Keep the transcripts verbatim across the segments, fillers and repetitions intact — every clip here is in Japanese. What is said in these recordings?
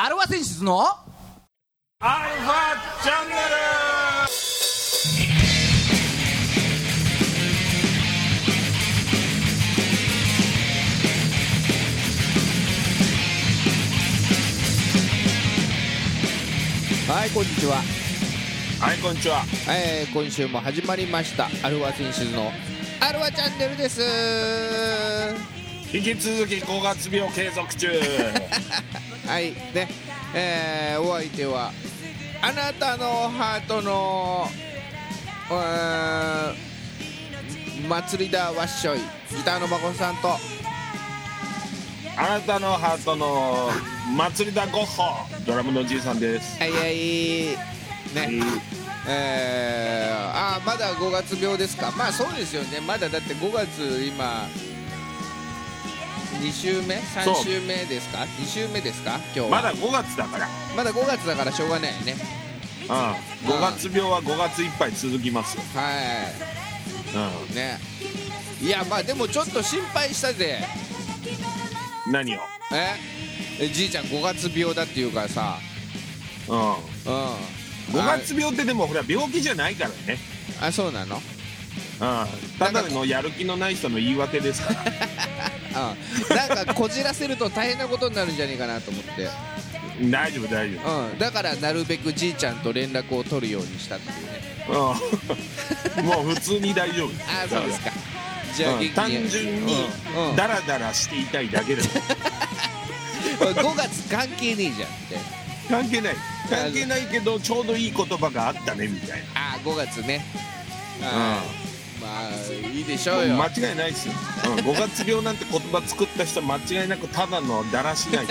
アルファ選出のアルファチャンネル。 はい、こんにちは。 はい、こんにちは。 えー、今週も始まりましたアルファ選手のアルファチャンネルです。 引き続きごがつ病継続中。 はいね、えー、お相手はあなたのハートのうーん祭りだわっしょいギターのまこさんと、 あなたのハートの祭りだゴッホドラムのじいさんです。 はいはいね、えー、あーまだごがつ病ですか。まあそうですよね。まだだってごがつ今に週目さん週目ですか、に週目ですか今日は。 まだごがつだから。 まだごがつだからしょうがないよね。 うん、ごがつ病はごがついっぱい続きますよ。 はういね。いやまあでもちょっと心配したぜ。 ん、何を。 えじいちゃんごがつ病だっていうからさ。 うん、 うんごがつ病ってでもほら病気じゃないからね。 あ、そうなの。 うん、ただのやる気のない人の言い訳ですから。 うん、なんかこじらせると大変なことになるんじゃねえかなと思って。 大丈夫大丈夫。 うん、だからなるべくじいちゃんと連絡を取るようにしたっていうね。 うん、もう普通に大丈夫。 あ、そうですか。じゃあ、 うん、単純にダラダラしていたいだけです。 ごがつ関係ねえじゃんって。 関係ない関係ないけどちょうどいい言葉があったねみたいな。 あ、ごがつね。 うん、 まあいいでしょうよ。 間違いないですよ。うん、ごがつ病なんて言葉作った人は間違いなくただのだらしない。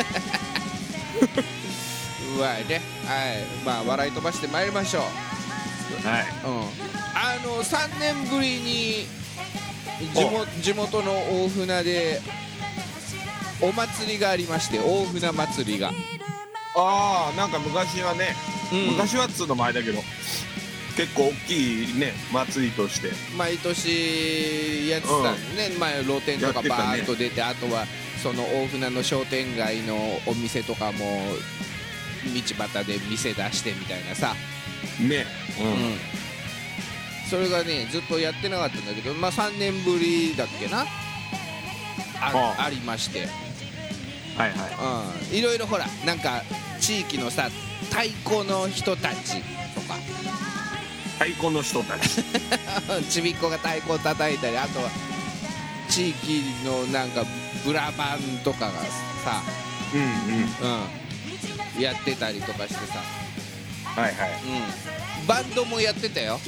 うわいね。はい、まあ笑い飛ばしてまいりましょう。 はい、 うん、あのさんねんぶりに地元、地元の大船でお祭りがありまして、大船祭りが。 ああ、なんか昔はね、 うん、 昔はっつうの前だけど結構大きいね祭りとして毎年やってたんでね、うん、前露店とかバーッと出て、ね、あとはその大船の商店街のお店とかも道端で店出してみたいなさね、うんうん、 それがねずっとやってなかったんだけど、まあさんねんぶりだっけな あ, あ, ありまして、 はいはい、 うん、いろいろほらなんか地域のさ太鼓の人たちとか太鼓の人たちちびっこが太鼓を叩いたり、あとは地域のなんかブラバンとかがさ、 うんうん、 うん、やってたりとかしてさ、 はいはい、 うん、バンドもやってたよ。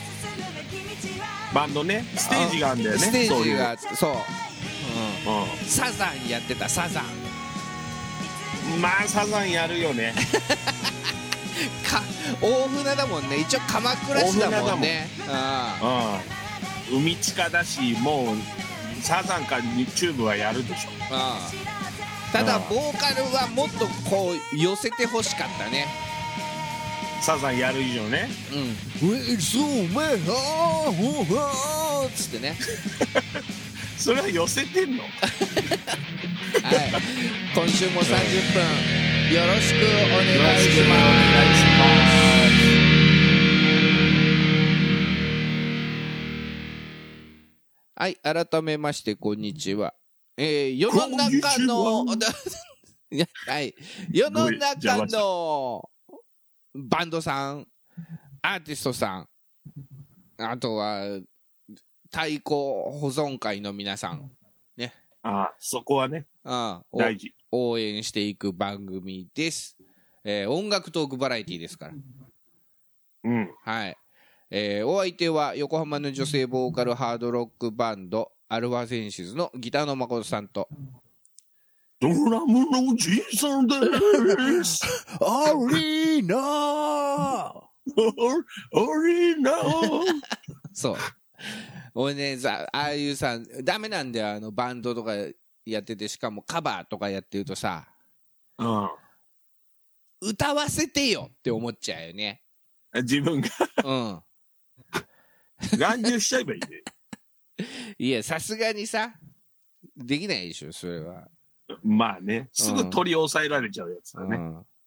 バンドね、ステージがあるんだよね。 ステージがあって、そう、うんうん、 サザンやってた。サザン、 まあサザンやるよね。 か大船だもんね、一応鎌倉市だもんね。 ああ、海地下だし、もうサザンかチューブはやるでしょ。 ああ、ただボーカルはもっとこう寄せてほしかったね。 サザンやる以上ね。 うん。ウェイソーメンハーホーハーつってね。 それは寄せてんの？はい、 今週もさんじゅっぷんよろしくお願いします。はい、改めましてこんにちは。えー、世の中のはい、世の中のバンドさん、アーティストさん、あとは太鼓保存会の皆さんね。 ああ、そこはね、 ああ大事。 応援していく番組です。えー、音楽トークバラエティですから。 うん。 はい。えー、お相手は横浜の女性ボーカルハードロックバンドアルファセンシズのギターの誠さんと、 ドラムのじいさんです。 アリーナーアリーナーそう。俺ね、ああいうさ、ダメなんだよ、あのバンドとかやってて、しかもカバーとかやってるとさ、 うん、 歌わせてよって思っちゃうよね。 自分がうん乱入しちゃえばいいね。 いや、さすがにさできないでしょそれは。 まあね、すぐ取り押さえられちゃうやつだね。 うん、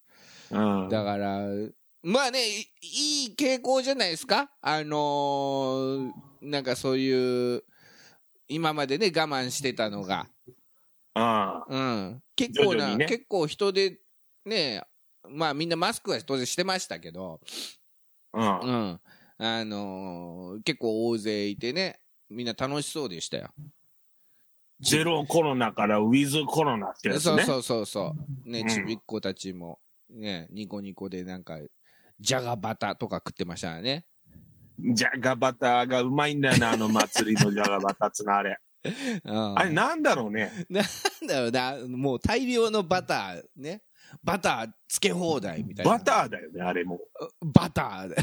うん、 だからまあね、いい傾向じゃないですか。あのー、なんかそういう今までね我慢してたのが、 あうん、結構な、 ね、 結構人でね、まあみんなマスクは当然してましたけど、 うん、うん、 あのー、結構大勢いてね、みんな楽しそうでしたよ。 ゼロコロナからウィズコロナってやつね。 そうそうそうそうね、ちびっ子たちもね、ニコニコでなんかじゃがバタとか食ってましたね。 じゃがバタがうまいんだよな、あの祭りのじゃがバタっつのあれ。うん、あれなんだろうね。 なんだろうな、もう大量のバターね、バターつけ放題みたいな。 バターだよね、あれも。 バター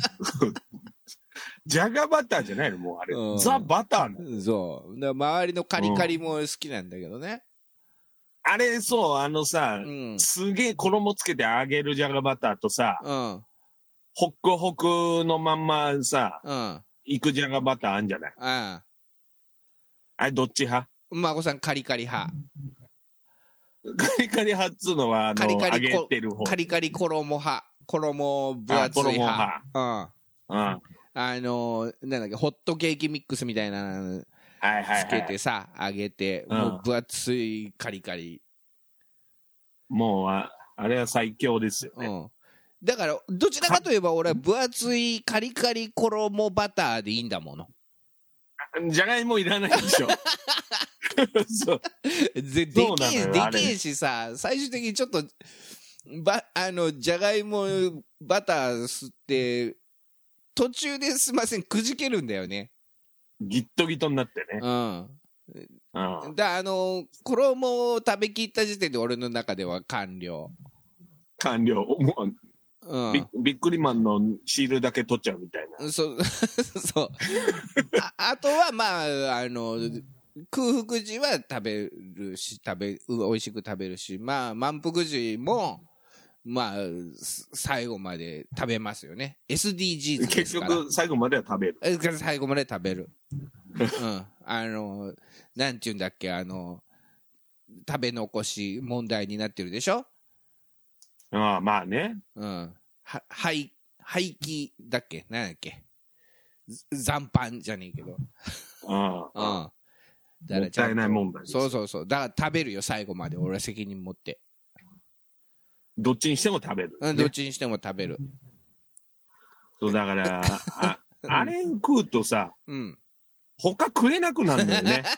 じゃがバターじゃないの、もうあれ。うん、ザ・バターなの。 そう。だ周りのカリカリも好きなんだけどね。 うん、あれ、そう、あのさ、うん、すげえ衣つけて揚げるじゃがバターとさ、うん、ホックホクのまんまさ、うん、いくじゃがバターあんじゃない。うん、あれ、どっち派？ 孫さん、カリカリ派。 カリカリ派っつうのは、あの、カリカリ揚げてる方。 カリカリ衣派。衣分厚い派。うん。うん。あのー、なんだっけ、ホットケーキミックスみたいなのつけてさ、はいはいはい、揚げて、もう分厚いカリカリ。 もう、あ、あれは最強ですよね。うん。 だから、どちらかといえば俺は分厚いカリカリ衣バターでいいんだもの。 じゃがいもいらないでしょ。 そうで, でけえでけえしさ、最終的にちょっとばあのじゃがいもバター吸って途中ですいませんくじけるんだよね。 ギットギトになってね。 うん。うん、だあの衣を食べきった時点で俺の中では完了。 完了。もううん、ビ, ビックリマンのシールだけ取っちゃうみたいな。 そうそうあ。あとはまああの空腹時は食べるし食べ美味しく食べるし、まあ満腹時もまあ最後まで食べますよね。 エスディージーズ ですから結局最後までは食べる。 最後まで食べる。うんあのなんていうんだっけ、あの食べ残し問題になってるでしょ。 ああまあね。 うんは廃廃棄だっけ、なんだっけ、残飯じゃねえけど。 ああ、うんだからもったいない問題です。 そうそうそう。だから食べるよ最後まで。俺は責任持って。 どっちにしても食べる、ね。 うん、どっちにしても食べる。 そうだからああれ食うとさ、うん、他食えなくなるんだよね。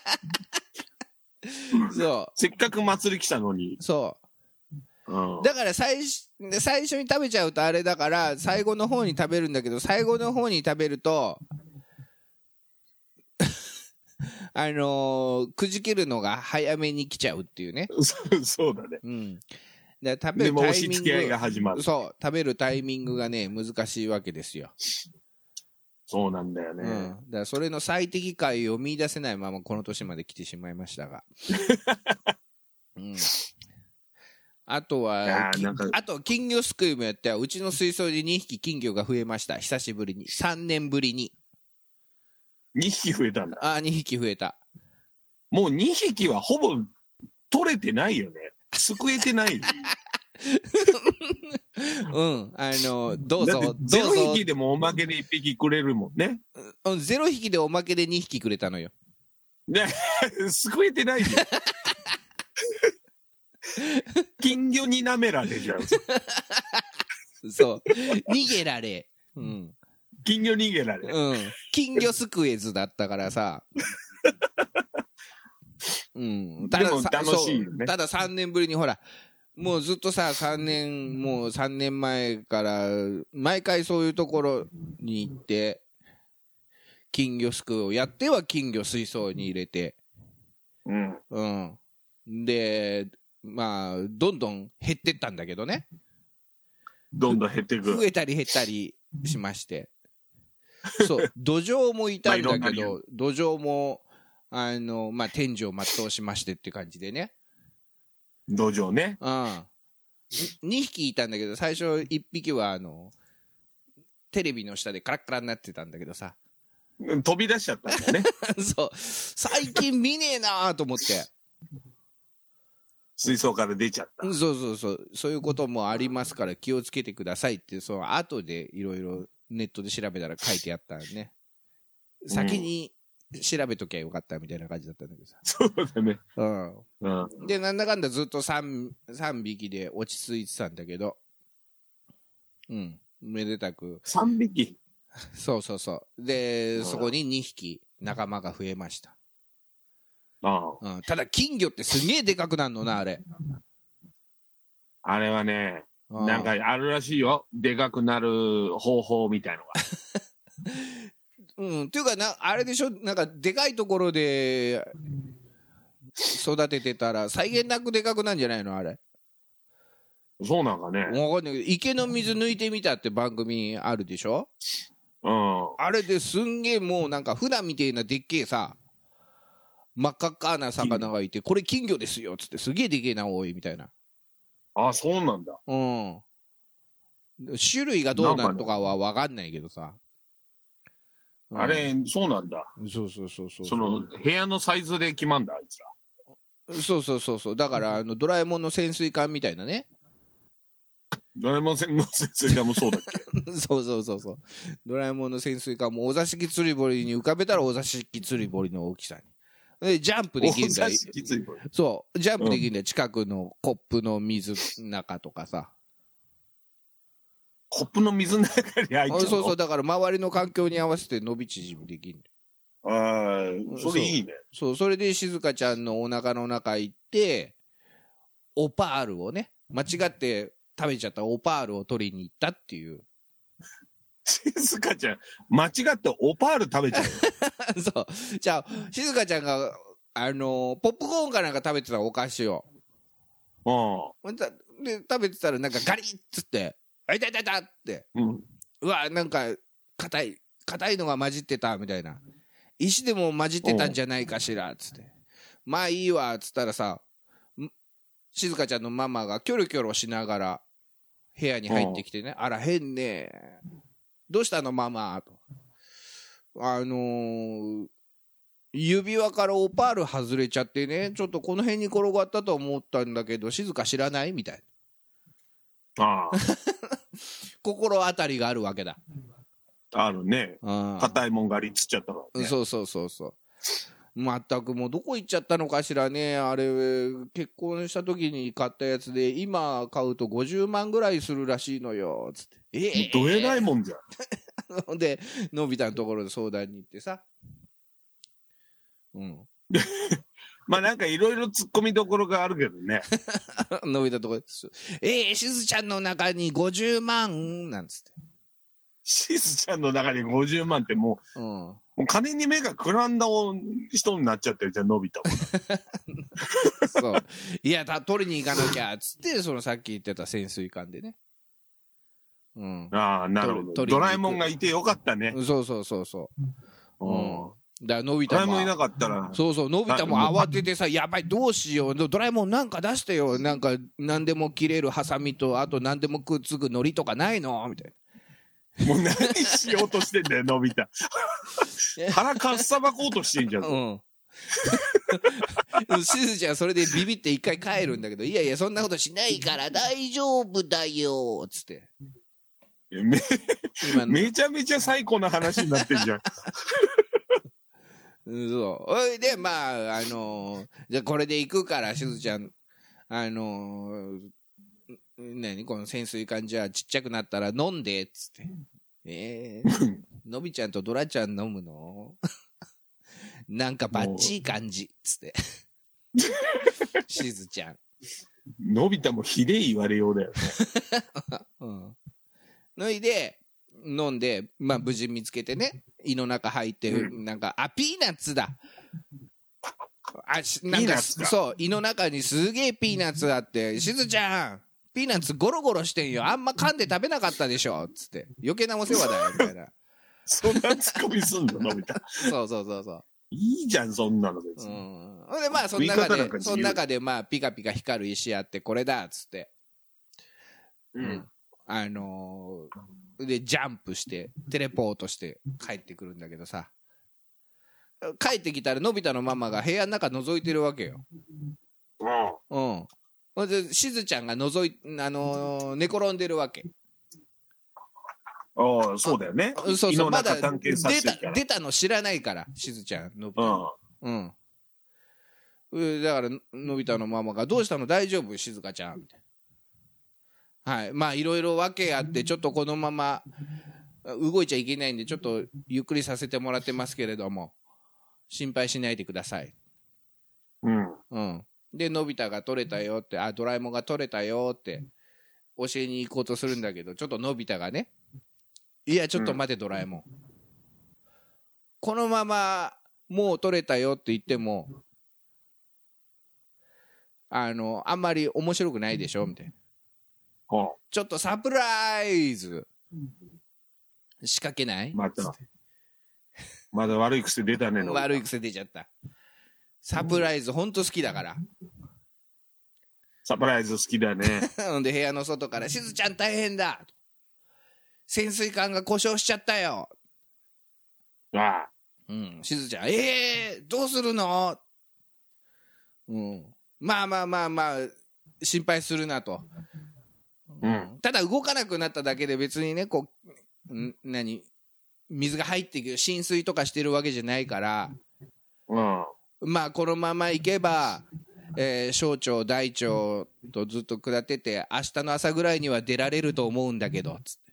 そう。 せっかく祭り来たのに。 そう。うん、だから最最初に食べちゃうとあれだから最後の方に食べるんだけど、最後の方に食べると。あのー、くじけるのが早めに来ちゃうっていうね。 そ, そうだね。 うん。だから食べるタイミング、でも押し付け合いが始まる。 そう、食べるタイミングがね難しいわけですよ。 そうなんだよね。 うん。だからそれの最適解を見出せないままこの年まで来てしまいましたが。うん。あとはあと金魚すくいもやって、うちの水槽でにひき金魚が増えました。久しぶりに、さんねんぶりに。 にひき増えたんだ。 ああ、にひき増えた。 もうにひきはほぼ取れてないよね。すくえてない。 うん、あのどうぞどうぞ。 ゼロひきでもおまけでいっぴきくれるもんね。 うん、ゼロひきでおまけでにひきくれたのよ。 ね、すくえてないよ。金魚になめられじゃん。 そう。逃げられ。うん。 金魚逃げられ。 うん。金魚すくえずだったからさ。うん。ただでも楽しいよね。 たださんねんぶりにほら、もうずっとさ、さんねん、もうさんねんまえから毎回そういうところに行って金魚すくいをやっては金魚水槽に入れて、 うん。 うん。で、まあどんどん減ってったんだけどね。 どんどん減っていく。 増えたり減ったりしまして。そう、土壌もいたんだけど、まあ、土壌もあのまあ天寿を全うしましてって感じでね。 土壌ね。 うん。にひきいたんだけど、最初いっぴきはあのテレビの下でカラッカラになってたんだけどさ。 飛び出しちゃったんだよね。 そう。最近見ねえなと思って。 水槽から出ちゃった。 そうそうそう。そういうこともありますから気をつけてくださいって、その後でいろいろネットで調べたら書いてあったね。先に調べときゃよかったみたいな感じだったんだけどさ。 そうだね。 うん。うん、で、なんだかんだずっと 3, 3匹で落ち着いてたんだけど、うん。めでたく。 さんびきそうそうそう。で、そこににひき仲間が増えました。 ああ、 うん、ただ金魚ってすげえでかくなるのな、あれ。 あれはね、なんかあるらしいよ。でかくなる方法みたいのが。 うん、っていうかな、あれでしょ、なんかでかいところで育ててたら際限なくでかくなんじゃないのあれ。 そうなんかね。 わかんないけど、池の水抜いてみたって番組あるでしょ。 うん。 あれですんげえもうなんか船みてえなでっけえさ、真っ赤っかな魚がいて、これ金魚ですよっつって、すげえでけえな多いみたいな。 ああ、そうなんだ。 うん。種類がどうなんとかは分かんないけどさ。 うん、あれ、そうなんだ。 そうそうそうそう。 その部屋のサイズで決まんだ、あいつら。そうそうそうそう。だからあのドラえもんの潜水艦みたいなね。 ドラえもんの潜水艦もそうだっけ。 そうそうそうそう。ドラえもんの潜水艦もお座敷釣り堀に浮かべたらお座敷釣り堀の大きさに。でジャンプできるんだよ。そうジャンプできるんだよ、うん、近くのコップの水の中とかさ。 コップの水の中に入っちゃうの。 そうそう、だから周りの環境に合わせて伸び縮みできるんだよ。 ああ、それいいね。 そう、それで静香ちゃんのお腹の中行ってオパールをね、間違って食べちゃったオパールを取りに行ったっていう。 静香ちゃん間違ってオパール食べちゃうそうじゃあ静香ちゃんがあのー、ポップコーンかなんか食べてたお菓子を、うん、で食べてたらなんかガリッつってあいたいたいたって、うん、うわなんか硬い硬いのが混じってたみたいな、石でも混じってたんじゃないかしらっつって、まあいいわっつったらさ、静香ちゃんのママがキョロキョロしながら部屋に入ってきてね、あら変ね、どうしたのママと、あのー、指輪からオパール外れちゃってね、ちょっとこの辺に転がったと思ったんだけど静香知らないみたいな。ああ心当たりがあるわけだ。 あるね。硬いもんがりつっちゃったからね。 そうそうそうそう。まったくもうどこ行っちゃったのかしらね。あれ結婚した時に買ったやつで今買うとごじゅうまんぐらいするらしいのよつって。 えー、どえらいもんじゃん。 でのび太のところで相談に行ってさ、うん、 まあなんかいろいろ突っ込みどころがあるけどね。 のび太のところですえー、しずちゃんの中にごじゅうまんなんつって。 しずちゃんの中にごじゅうまんってもう、うん、もう金に目がくらんだ人になっちゃってるじゃん、のび太も。 そういやだ取りに行かなきゃっつってそのさっき言ってた潜水艦でね。 うん、ああなるほど。ドラえもんがいてよかったね。 そうそうそうそう。うん。だからのび太もドラえもんいなかったら。 そうそうのび太も慌ててさやばいどうしようドラえもんなんか出してよなんか何でも切れるハサミとあと何でもくっつくのりとかないのみたいな。もう何しようとしてんだよのび太。腹かっさばこうとしてんじゃん。 うん。しずちゃんそれでビビって一回帰るんだけどいやいやそんなことしないから大丈夫だよつって。 め, めちゃめちゃ最高な話になってんじゃん。 そうおいでまああのー、じゃあこれで行くからしずちゃんあのー、何この潜水艦じゃあちっちゃくなったら飲んでっつってえー、のびちゃんとドラちゃん飲むのなんかバッチい感じっつってしずちゃんのび太もひでえ言われようだよね。 うんのいで飲んで、まあ、無事見つけてね胃の中入って、うん、なんかあピーナッツだあなんかそう胃の中にすげえピーナッツあってしずちゃんピーナッツゴロゴロしてんよあんま噛んで食べなかったでしょつって余計なお世話だよみたいなそんなツッコミすんののび太。 そうそうそうそういいじゃんそんなの別に。 うん、でまあその中でその中でまあピカピカ光る石あってこれだっつって、うん、うん、あのー、でジャンプしてテレポートして帰ってくるんだけどさ帰ってきたらのび太のママが部屋の中覗いてるわけよ。うん、うん、 ほんでしずちゃんが覗い、あのー、寝転んでるわけ。 ああ、そうだよね。 そうそう、まだ出た、出たの知らないから、しずちゃん、のび太。うん。うん。だから、のび太のママが、どうしたの大丈夫しずかちゃん。みたいな。はい。まあ、いろいろ訳あって、ちょっとこのまま、動いちゃいけないんで、ちょっとゆっくりさせてもらってますけれども、心配しないでください。 うん。 うん。で、のび太が取れたよって、あ、ドラえもんが取れたよって、教えに行こうとするんだけど、ちょっとのび太がね、いや、ちょっと待て、ドラえもん。このまま、もう取れたよって言っても、あの、あんまり面白くないでしょみたいな。ちょっとサプライズ仕掛けない？ また。まだ悪い癖出たね。 悪い癖出ちゃった。サプライズほんと好きだから。 サプライズ好きだね。 ほんで部屋の外から、しずちゃん大変だ。潜水艦が故障しちゃったよ。 ああ。 うん。しずちゃん、えー、どうするの？うん。まあまあまあまあ、心配するなと。 うん。 ただ動かなくなっただけで別にね、こう、ん何水が入っていく、浸水とかしてるわけじゃないから、 うん。 まあこのまま行けば、えー、小腸大腸とずっと下ってて、明日の朝ぐらいには出られると思うんだけど、つって。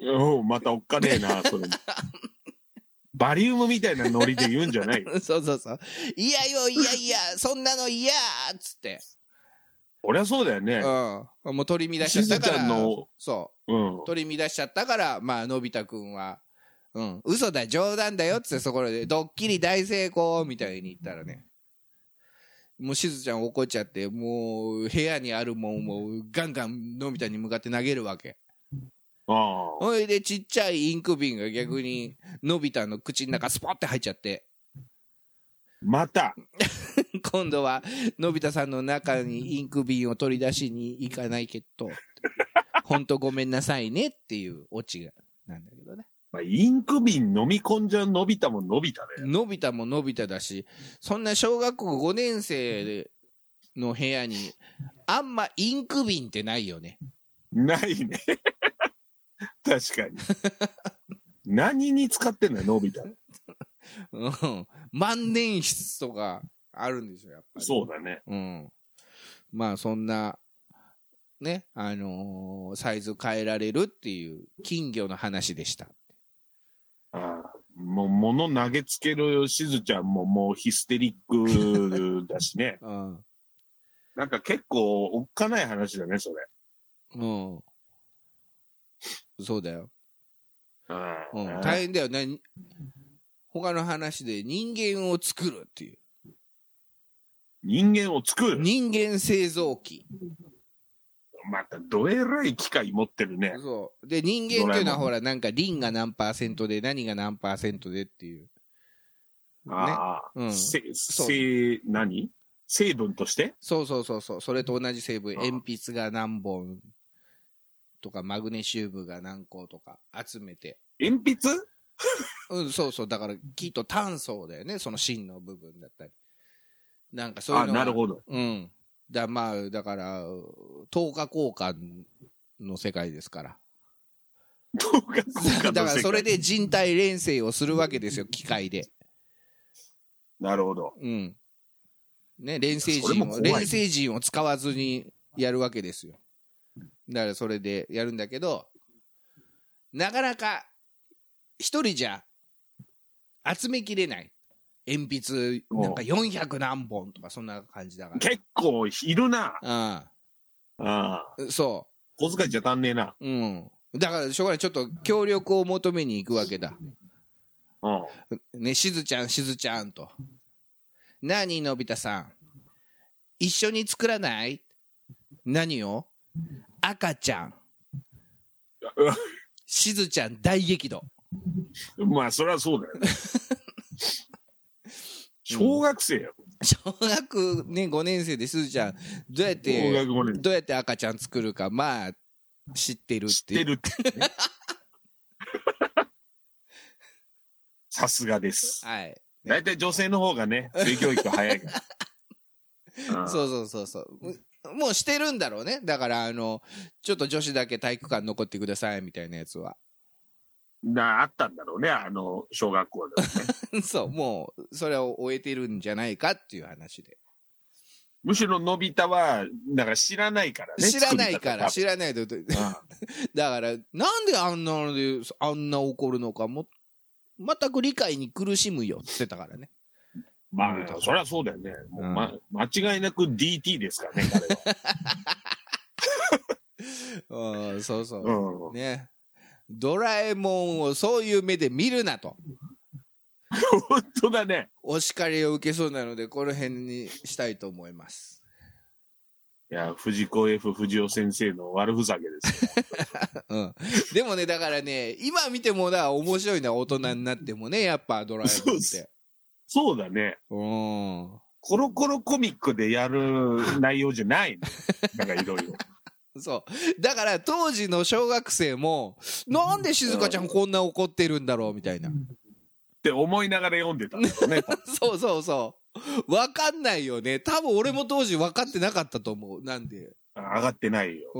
おう、またおっかねえな、それ。バリウムみたいなノリで言うんじゃないよ。 そうそうそう。いやよ、いやいや、そんなの嫌っつって。 俺はそうだよね。 うん。もう取り乱しちゃったから。 のそう。 うん。 取り乱しちゃったから、まあ、のび太くんは、うん、嘘だ、冗談だよっつって、そこで、ドッキリ大成功みたいに言ったらね。もうしずちゃん怒っちゃって、もう部屋にあるもんをガンガンのび太に向かって投げるわけ。 ああ。 ほいでちっちゃいインク瓶が逆にのび太の口の中スポッて入っちゃって。 また今度はのび太さんの中にインク瓶を取り出しに行かないけど、ほんとごめんなさいねっていうオチがなんだけどね。 まあ、インク瓶飲み込んじゃうのび太ものび太だよ。 のび太ものび太だし、そんな小学校ごねん生の部屋にあんまインク瓶ってないよね。 ないね。確かに。何に使ってんのよ、のび太。 うん。万年筆とかあるんでしょ、やっぱり。 そうだね。 うん。まあ、そんな、ね、あのー、サイズ変えられるっていう金魚の話でした。 ああ、もう物投げつけるしずちゃんももうヒステリックだしね。 うん。 なんか結構おっかない話だね、それ。 うん。そうだよ。 ああ、 うん。大変だよね。他の話で人間を作るっていう。 人間を作る？ 人間製造機。 またどえらい機械持ってるね。 そう。で、人間っていうのはほら、なんかリンが何パーセントで何が何パーセントでっていう。ね、 ああ、うん。せ、せ、何？成分として？ そうそうそうそう。それと同じ成分。鉛筆が何本とか、マグネシウムが何個とか集めて。 鉛筆？ うん、そうそう。だから、きっと炭素だよね。その芯の部分だったり。なんかそういうのが。 あ、なるほど。 うん。だまあ、だから、等価交換の世界ですから。 等価交換の世界。 だからそれで人体錬成をするわけですよ、機械で。 なるほど。 うん。ね、錬成人を、錬成人を使わずにやるわけですよ。だからそれでやるんだけど、なかなか一人じゃ集めきれない。鉛筆なんかよんひゃく何本とかそんな感じだから。 結構いるな。 ああ。ああ。そう。 小遣いじゃ足んねえな。 うん。だからしょうがない。ちょっと協力を求めに行くわけだ。 うん。 ね、しずちゃん、しずちゃんと。何、のび太さん。一緒に作らない？何を？赤ちゃん。しずちゃん大激怒。 まあ、それはそうだよね。小学生よ。 小学ね、ごねん生で、すずちゃん、どうやって、どうやって赤ちゃん作るか、まあ、知ってるって。 知ってるって、ね。さすがです。 はい。 大体女性の方がね、性教育早いから。 そうそうそうそう。 もうしてるんだろうね。だから、あの、ちょっと女子だけ体育館残ってくださいみたいなやつは。 なあったんだろうね、あの、小学校でもね。そう、もう、それを終えてるんじゃないかっていう話で。 むしろのび太は、だから知らないからね。 知らないから、知らないと。だから、なんであんなので、あんな怒るのかも、全く理解に苦しむよって言ってたからね。 まあ、そりゃそうだよね。もうま、間違いなく ディーティー ですからね、彼は。うん、そうそう。うん、ね。ドラえもんをそういう目で見るなと。 本当だね。 お叱りを受けそうなので、この辺にしたいと思います。 いや、藤子 F 不二雄先生の悪ふざけですよ。 うん。でもね、だからね、今見てもだ、面白いな、大人になってもね、やっぱドラえもんって。 そうだね。うん。コロコロコミックでやる内容じゃないね。なんかいろいろ。 そう。だから当時の小学生も、なんで静香ちゃんこんな怒ってるんだろうみたいな。 って思いながら読んでたんだよね。 そうそうそう。わかんないよね。多分俺も当時分かってなかったと思う。なんで。 上がってないよ。 うん。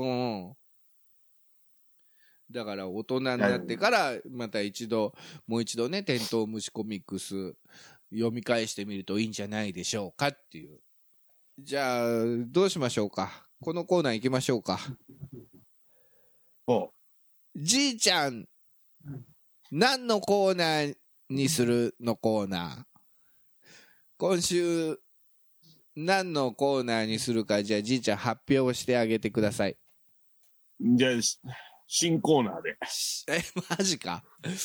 だから大人になってから、また一度、もう一度ね、テントウムシコミックス読み返してみるといいんじゃないでしょうかっていう。じゃあ、どうしましょうか。このコーナー行きましょうか。 おじいちゃん、何のコーナーにするのコーナー。今週、何のコーナーにするか、じゃあじいちゃん発表してあげてください。 じゃあ、新コーナーで。 え、マジか。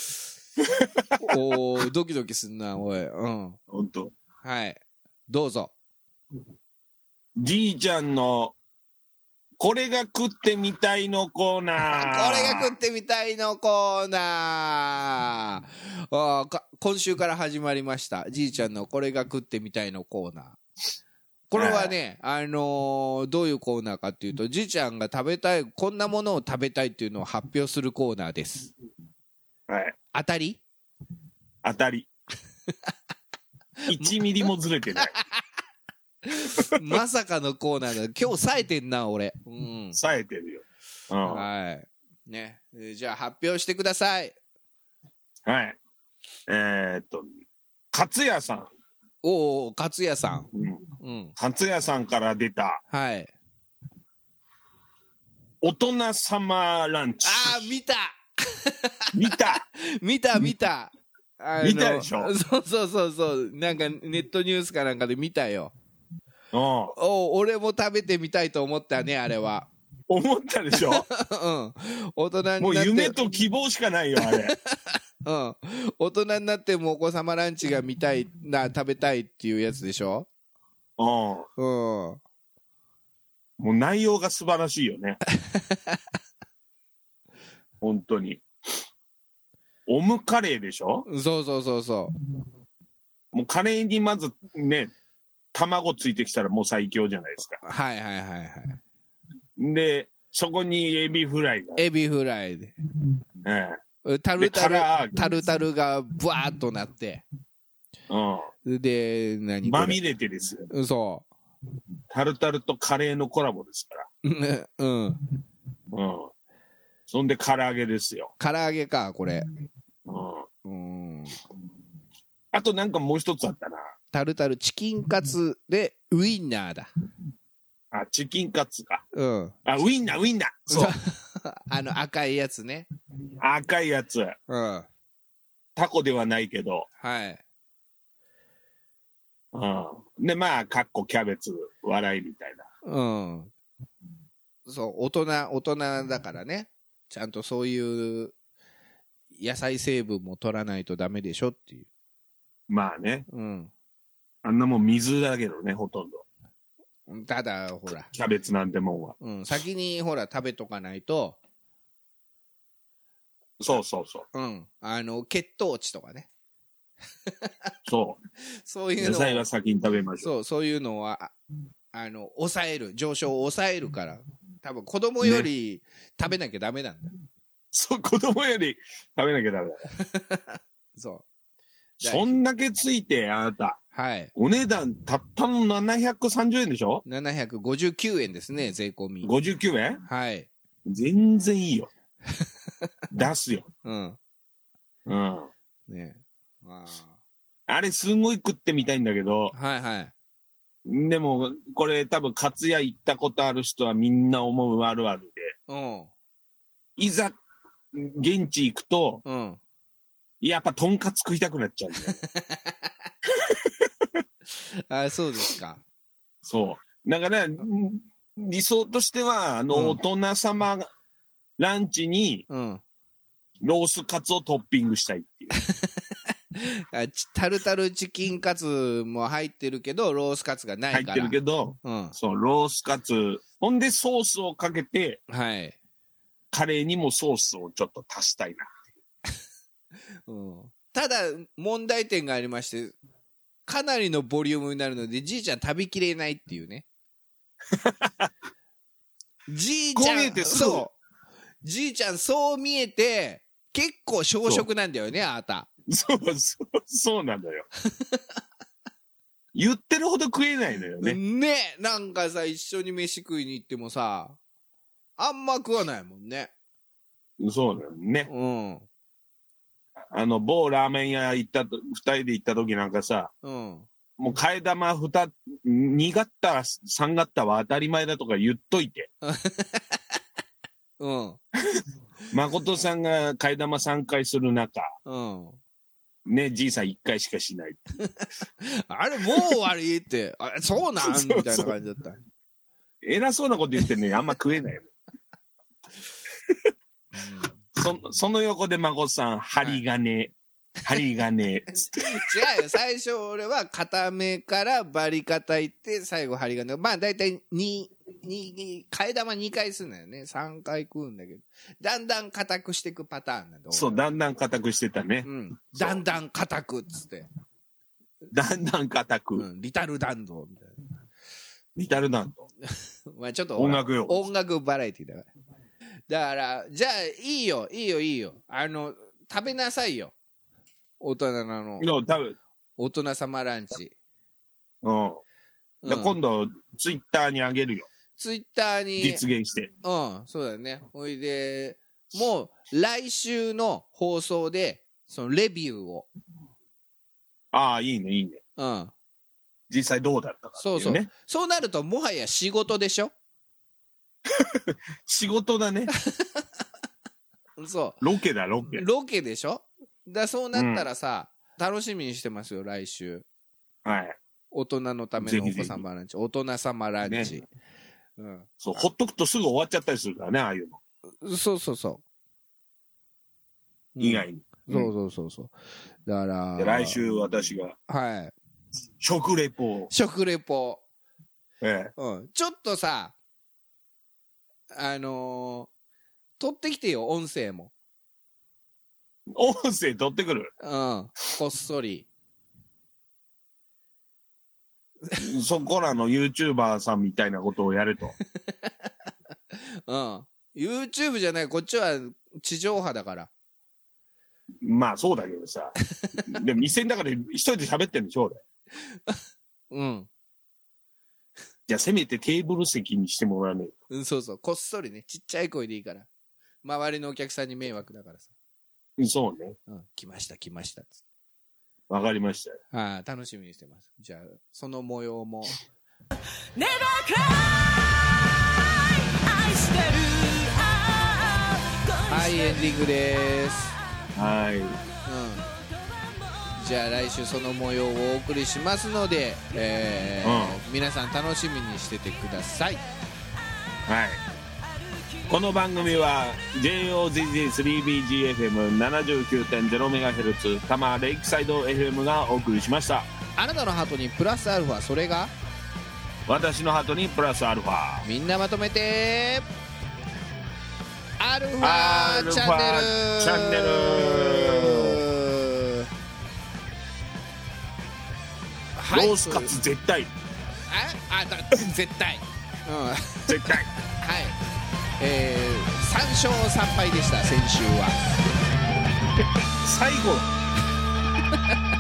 おー、ドキドキすんな、おい。うん。 ほんと。 はい。どうぞ。 じいちゃんの、これが食ってみたいのコーナー。 これが食ってみたいのコーナー。あか今週から始まりました。じいちゃんのこれが食ってみたいのコーナー。これはね、あのー、どういうコーナーかっていうと、じいちゃんが食べたい、こんなものを食べたいっていうのを発表するコーナーです。 はい。 当たり？ 当たり。いちミリもずれてない。 まさかのコーナーだ。今日冴えてんな、俺。うん。 冴えてるよ。 うん、はい。ね。じゃあ発表してください。 はい。えー、っと、勝也さん。 おお、勝也さん。 うん。うん、勝也さんから出た。 はい。 大人様ランチ。 ああ、見た見た見た見た。 見たでしょ。 そうそうそうそう。なんかネットニュースかなんかで見たよ。 おお俺も食べてみたいと思ったね、あれは。 思ったでしょ。 うん。大人になって。 もう夢と希望しかないよ、あれ。 うん。大人になってもお子様ランチが見たいな、食べたいっていうやつでしょ。 うん。うん。 もう内容が素晴らしいよね。本当に。オムカレーでしょ。 そうそうそうそう。 もうカレーにまずね、卵ついてきたらもう最強じゃないですか。 はいはいはいはい。 で、そこにエビフライが。 エビフライで。 ええ。タルタル、タルタルがブワーっとなって。うん。で、何まみれてですよ。そう。 タルタルとカレーのコラボですから。うん。うん。そんで唐揚げですよ。 唐揚げか、これ。 うん。うん。あとなんかもう一つあったな。 タルタルチキンカツでウインナーだ。 あ、チキンカツか。 うん。 あ、ウインナー、ウインナー。そう。 あの赤いやつね。 赤いやつ。 うん。 タコではないけど。 はい。 うん。で、まあ、かっこキャベツ、笑いみたいな。 うん。そう、大人、大人だからね。ちゃんとそういう野菜成分も取らないとダメでしょっていう。 まあね。 うん。 あんなもん水だけどね、ほとんど。 ただ、ほら。 キャベツなんてもんは。 うん。先に、ほら、食べとかないと。 そうそうそう。 うん。あの、血糖値とかね。 そう。 そういうの。 野菜は先に食べましょう。 そう、そういうのは、あの、抑える。上昇を抑えるから。多分、子供より食べなきゃダメなんだ。ね、 そう、子供より食べなきゃダメだ。 そう。 そんだけついて、あなた。 はい。 お値段たったのななひゃくさんじゅうえんでしょ？ ななひゃくごじゅうきゅうえんですね、税込み。 ごじゅうきゅうえん？ はい。 全然いいよ。出すよ。 うん。 うん。 ねああれすごい食ってみたいんだけど。 はいはい。 でも、これ多分、カツヤ行ったことある人はみんな思うあるあるで。 うん。 いざ、現地行くと、うん。やっぱ、とんかつ食いたくなっちゃうんだよ。 あ、そうですか。 そう。だから、理想としては、あの、うん、大人様ランチに、うん、ロースカツをトッピングしたいっていう。 タルタルチキンカツも入ってるけど、ロースカツがないから。 入ってるけど、うん、そう、ロースカツ。ほんで、ソースをかけて、はい。カレーにもソースをちょっと足したいなっていう。 うん、ただ、問題点がありまして、かなりのボリュームになるので、じいちゃん食べきれないっていうね。じいちゃん、そう。じいちゃん、そう見えて、結構小食なんだよね、あなた。 そう、そう、そうなんだよ。言ってるほど食えないのよね。 ね、なんかさ、一緒に飯食いに行ってもさ、あんま食わないもんね。 そうだよね。うん。あの、某ラーメン屋行った、二人で行った時なんかさ、うん。もう替え玉二、二ガッタ、三ガッタは当たり前だとか言っといて。うん。誠さんが替え玉三回する中、うん。ね、じいさん一回しかしない。 あれ、もう終わりって、あそうなんみたいな感じだった。 偉そうなこと言ってんのにあんま食えないよ。そ, その横で誠さん、針金、はい、針金。違うよ、最初俺は固めからバリカタいって、最後針金。まあ大体に、に、替え玉にかいするんだよね。さんかい食うんだけど。だんだん硬くしていくパターンなんだ。 そう、だんだん硬くしてたね。うん。 だんだん硬くっつって。 だんだん硬く。 うん。リタルダンドみたいな。 リタルダンド。 まあちょっと音楽よ。 音楽バラエティだから。だから、じゃあ、いいよ、いいよ、いいよ。あの、食べなさいよ。大人の。大人様ランチ。 うん。うん、今度、ツイッターにあげるよ。 ツイッターに。 実現して。 うん、そうだね。ほいで、もう、来週の放送で、そのレビューを。 ああ、いいね、いいね。うん。実際どうだったか、ね。 そうそう。そうなると、もはや仕事でしょ？ 仕事だね。 そう。 ロケだ、ロケ。 ロケでしょ？だそうなったらさ、うん、楽しみにしてますよ、来週。はい。大人のためのお子様ランチ。大人様ランチ。ね、 うん。そう、ほっとくとすぐ終わっちゃったりするからね、ああいうの。そうそうそう。 意外に。 うん、そうそうそうそう。だから。 で、来週私が。はい。食レポ。 食レポ。ええ。うん。ちょっとさ、あのー、取ってきてよ、音声も。 音声取ってくる？ うん。こっそり。 そこらの YouTuber さんみたいなことをやると。 うん。YouTube じゃない、こっちは地上波だから。 まあそうだけどさ。でもにせんだから一人で喋ってんでしょ、俺。うん。じゃあせめてテーブル席にしてもらわねえ。うん、そうそう。こっそりね。ちっちゃい声でいいから。周りのお客さんに迷惑だからさ。 そうね。 うん。来ました、来ました。 わかりましたよ。 ああ、楽しみにしてます。じゃあ、その模様も。 Never cry 愛してるはい、エンディングです。 はい。うん。 じゃあ来週その模様をお送りしますので、えーうん、皆さん楽しみにしててください。 はい。この番組は ジェイオーゼットスリービージーエフエムななじゅうきゅうてんゼロメガヘルツ 多摩レイクサイド エフエム がお送りしました。 あなたのハートにプラスアルファ、それが私のハートにプラスアルファ。 みんなまとめてアルファチャンネルチャンネルロースカツ絶対。 ああだ絶対、うん、 絶対。はい。 えー、さん勝さん敗でした先週は。 最後。